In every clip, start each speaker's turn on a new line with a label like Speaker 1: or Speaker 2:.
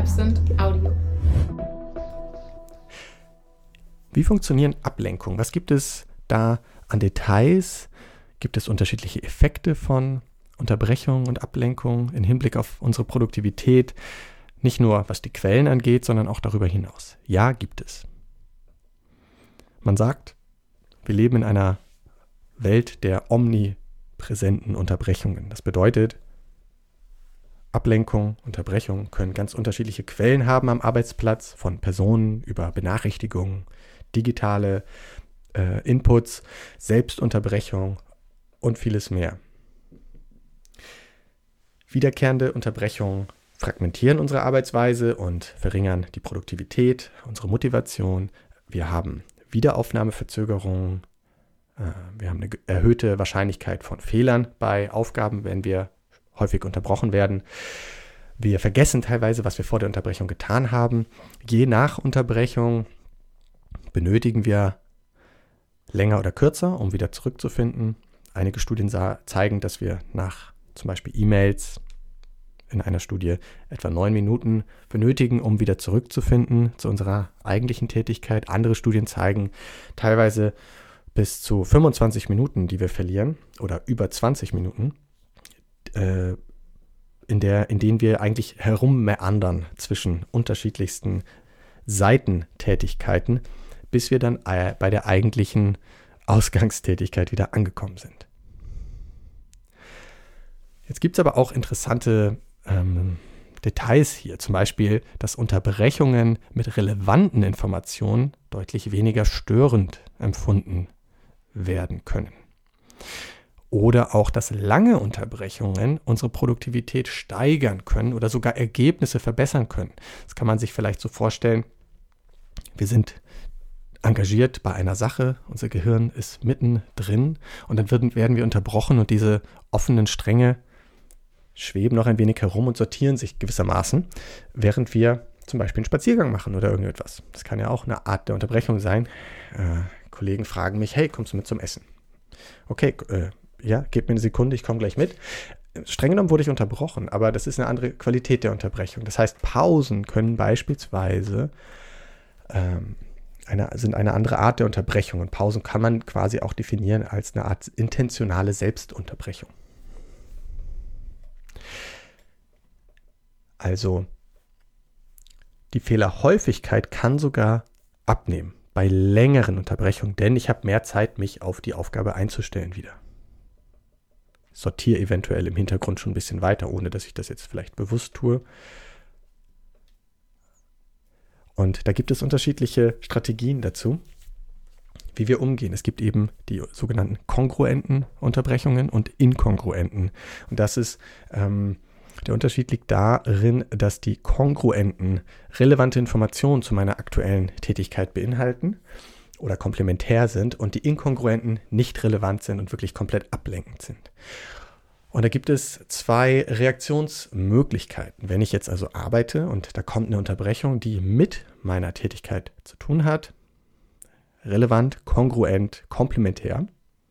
Speaker 1: Absent Audio.
Speaker 2: Wie funktionieren Ablenkungen? Was gibt es da an Details? Gibt es unterschiedliche Effekte von Unterbrechung und Ablenkung im Hinblick auf unsere Produktivität? Nicht nur was die Quellen angeht, sondern auch darüber hinaus. Ja, gibt es. Man sagt, wir leben in einer Welt der omnipräsenten Unterbrechungen. Das bedeutet, Ablenkung, Unterbrechung können ganz unterschiedliche Quellen haben am Arbeitsplatz, von Personen über Benachrichtigungen, digitale Inputs, Selbstunterbrechung und vieles mehr. Wiederkehrende Unterbrechungen fragmentieren unsere Arbeitsweise und verringern die Produktivität, unsere Motivation. Wir haben Wiederaufnahmeverzögerungen. Wir haben eine erhöhte Wahrscheinlichkeit von Fehlern bei Aufgaben, wenn wir häufig unterbrochen werden. Wir vergessen teilweise, was wir vor der Unterbrechung getan haben. Je nach Unterbrechung benötigen wir länger oder kürzer, um wieder zurückzufinden. Einige Studien zeigen, dass wir nach zum Beispiel E-Mails in einer Studie etwa 9 Minuten benötigen, um wieder zurückzufinden zu unserer eigentlichen Tätigkeit. Andere Studien zeigen teilweise bis zu 25 Minuten, die wir verlieren, oder über 20 Minuten, in denen wir eigentlich herummeandern zwischen unterschiedlichsten Seitentätigkeiten, bis wir dann bei der eigentlichen Ausgangstätigkeit wieder angekommen sind. Jetzt gibt es aber auch interessante Details hier, zum Beispiel, dass Unterbrechungen mit relevanten Informationen deutlich weniger störend empfunden werden können. Oder auch, dass lange Unterbrechungen unsere Produktivität steigern können oder sogar Ergebnisse verbessern können. Das kann man sich vielleicht so vorstellen, wir sind engagiert bei einer Sache, unser Gehirn ist mittendrin und dann werden wir unterbrochen und diese offenen Stränge schweben noch ein wenig herum und sortieren sich gewissermaßen, während wir zum Beispiel einen Spaziergang machen oder irgendetwas. Das kann ja auch eine Art der Unterbrechung sein. Kollegen fragen mich, hey, kommst du mit zum Essen? Okay, ja, gib mir eine Sekunde, ich komme gleich mit. Streng genommen wurde ich unterbrochen, aber das ist eine andere Qualität der Unterbrechung. Das heißt, Pausen können beispielsweise sind eine andere Art der Unterbrechung. Und Pausen kann man quasi auch definieren als eine Art intentionale Selbstunterbrechung. Also die Fehlerhäufigkeit kann sogar abnehmen bei längeren Unterbrechungen, denn ich habe mehr Zeit, mich auf die Aufgabe einzustellen wieder. Ich sortiere eventuell im Hintergrund schon ein bisschen weiter, ohne dass ich das jetzt vielleicht bewusst tue. Und da gibt es unterschiedliche Strategien dazu, wie wir umgehen. Es gibt eben die sogenannten kongruenten Unterbrechungen und inkongruenten. Und das ist der Unterschied liegt darin, dass die kongruenten relevante Informationen zu meiner aktuellen Tätigkeit beinhalten oder komplementär sind und die inkongruenten nicht relevant sind und wirklich komplett ablenkend sind. Und da gibt es 2 Reaktionsmöglichkeiten. Wenn ich jetzt also arbeite und da kommt eine Unterbrechung, die mit meiner Tätigkeit zu tun hat, relevant, kongruent, komplementär,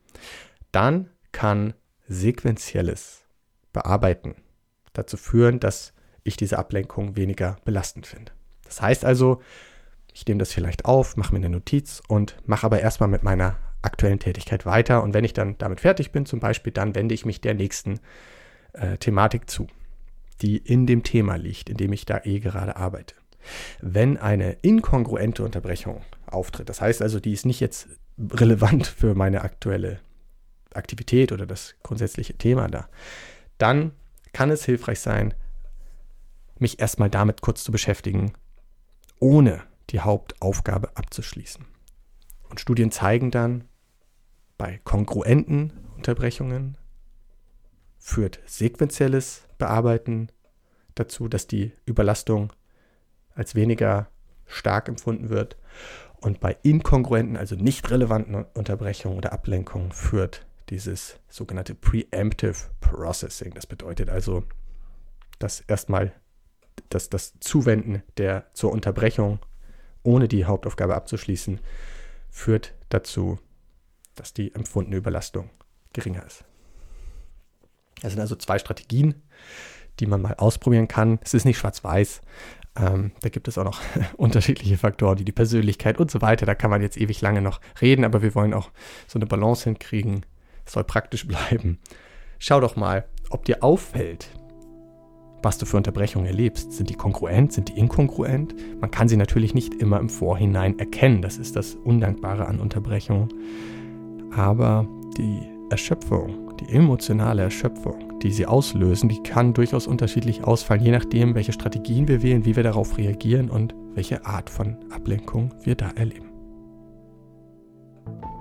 Speaker 2: dann kann sequentielles Bearbeiten dazu führen, dass ich diese Ablenkung weniger belastend finde. Das heißt also, ich nehme das vielleicht auf, mache mir eine Notiz und mache aber erstmal mit meiner aktuellen Tätigkeit weiter. Und wenn ich dann damit fertig bin zum Beispiel, dann wende ich mich der nächsten Thematik zu, die in dem Thema liegt, in dem ich da gerade arbeite. Wenn eine inkongruente Unterbrechung auftritt, das heißt also, die ist nicht jetzt relevant für meine aktuelle Aktivität oder das grundsätzliche Thema da, dann kann es hilfreich sein, mich erstmal damit kurz zu beschäftigen, ohne die Hauptaufgabe abzuschließen. Und Studien zeigen dann, bei kongruenten Unterbrechungen führt sequentielles Bearbeiten dazu, dass die Überlastung als weniger stark empfunden wird. Und bei inkongruenten, also nicht relevanten Unterbrechungen oder Ablenkungen führt dieses sogenannte Preemptive Processing. Das bedeutet also, dass erstmal das Zuwenden zur Unterbrechung, ohne die Hauptaufgabe abzuschließen, führt dazu, dass die empfundene Überlastung geringer ist. Das sind also 2 Strategien, die man mal ausprobieren kann. Es ist nicht schwarz-weiß, Da gibt es auch noch unterschiedliche Faktoren, wie die Persönlichkeit und so weiter. Da kann man jetzt ewig lange noch reden, aber wir wollen auch so eine Balance hinkriegen. Es soll praktisch bleiben. Schau doch mal, ob dir auffällt, was du für Unterbrechungen erlebst. Sind die kongruent, sind die inkongruent? Man kann sie natürlich nicht immer im Vorhinein erkennen. Das ist das Undankbare an Unterbrechungen. Aber die Erschöpfung, die emotionale Erschöpfung, die sie auslösen, die kann durchaus unterschiedlich ausfallen, je nachdem, welche Strategien wir wählen, wie wir darauf reagieren und welche Art von Ablenkung wir da erleben.